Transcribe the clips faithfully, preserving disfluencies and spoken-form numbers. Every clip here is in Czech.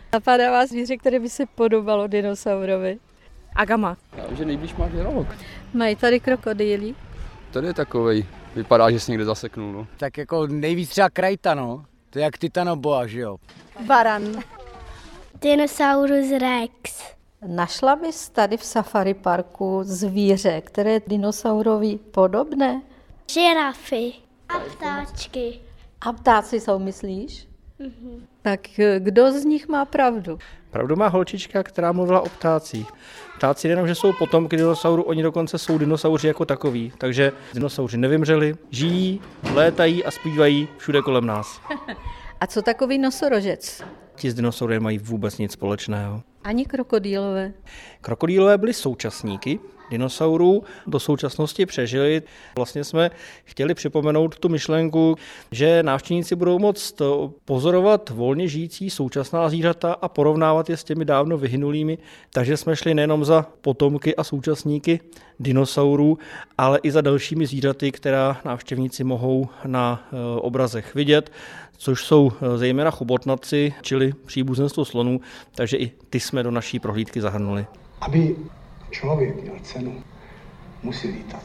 Napadá vás zvíře, které by se podobalo dinosaurovi? Agama. Já vím, že nejblíž máš žralok. Mají tady krokodýly? Tady je takovej, vypadá, že se někde zaseknul, no. Tak jako nejvíc třeba krajta, no. To je jak titanoboa, že jo? Varan. Dinosaurus rex. Našla bys tady v safari parku zvíře, které je dinosaurovi podobné? Žirafy. A ptáčky. A ptáci jsou, myslíš? Mm-hmm. Tak kdo z nich má pravdu? Pravdu má holčička, která mluvila o ptácích. Ptáci nejenom, že jsou potomky dinosaurů, oni dokonce jsou dinosauři jako takový. Takže dinosauři nevymřeli, žijí, létají a zpívají všude kolem nás. A co takový nosorožec? Ti s dinosaury nemají vůbec nic společného. Ani krokodýlové. Krokodýlové byli současníky dinosaurů, do současnosti přežili. Vlastně jsme chtěli připomenout tu myšlenku, že návštěvníci budou moct pozorovat volně žijící současná zvířata a porovnávat je s těmi dávno vyhynulými. Takže jsme šli nejenom za potomky a současníky dinosaurů, ale i za dalšími zvířaty, která návštěvníci mohou na obrazech vidět, což jsou zejména chobotnaci, čili příbuzenstvo slonů, takže i ty jsme do naší prohlídky zahrnuli. Aby člověk měl cenu, musí lítat.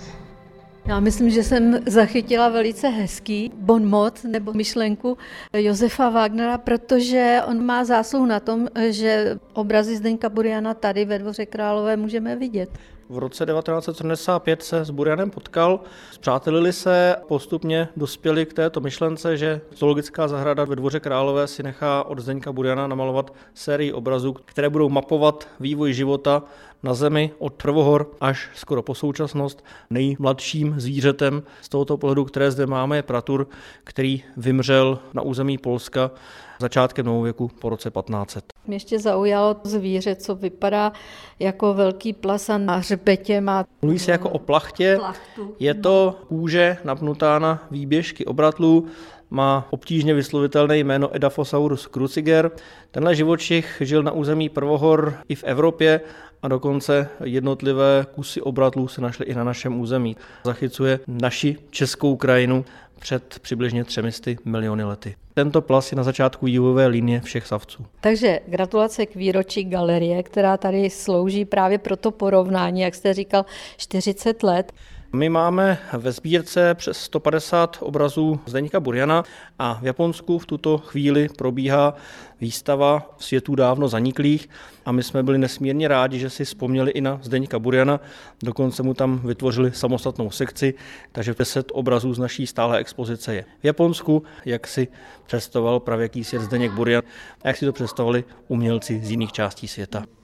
Já myslím, že jsem zachytila velice hezký bonmot nebo myšlenku Josefa Wagnera, protože on má zásluhu na tom, že obrazy Zdeňka Buriana tady ve Dvoře Králové můžeme vidět. V roce devatenáct set sedmdesát pět se s Burianem potkal, spřátelili se, postupně dospěli k této myšlence, že zoologická zahrada ve Dvoře Králové si nechá od Zdeňka Buriana namalovat sérii obrazů, které budou mapovat vývoj života na Zemi od prvohor až skoro po současnost. Nejmladším zvířetem z tohoto pohledu, které zde máme, je pratur, který vymřel na území Polska začátkem novověku po roce patnáct set. Mě ještě zaujalo zvíře, co vypadá jako velký plasa na hřbetě. Má... Mluví se jako o plachtě, plachtu. Je to kůže napnutá na výběžky obratlů, má obtížně vyslovitelné jméno Edaphosaurus cruciger. Tenhle živočich žil na území prvohor i v Evropě a dokonce jednotlivé kusy obratlů se našly i na našem území. Zachycuje naši českou krajinu před přibližně třemisty miliony lety. Tento plas je na začátku vývojové linie všech savců. Takže gratulace k výročí galerie, která tady slouží právě pro to porovnání, jak jste říkal, čtyřicet let. My máme ve sbírce přes sto padesát obrazů Zdeňka Buriana a v Japonsku v tuto chvíli probíhá výstava světů dávno zaniklých a my jsme byli nesmírně rádi, že si vzpomněli i na Zdeňka Buriana, dokonce mu tam vytvořili samostatnou sekci, takže deset obrazů z naší stálé expozice je v Japonsku, jak si představoval pravěký svět Zdeněk Burian a jak si to představovali umělci z jiných částí světa.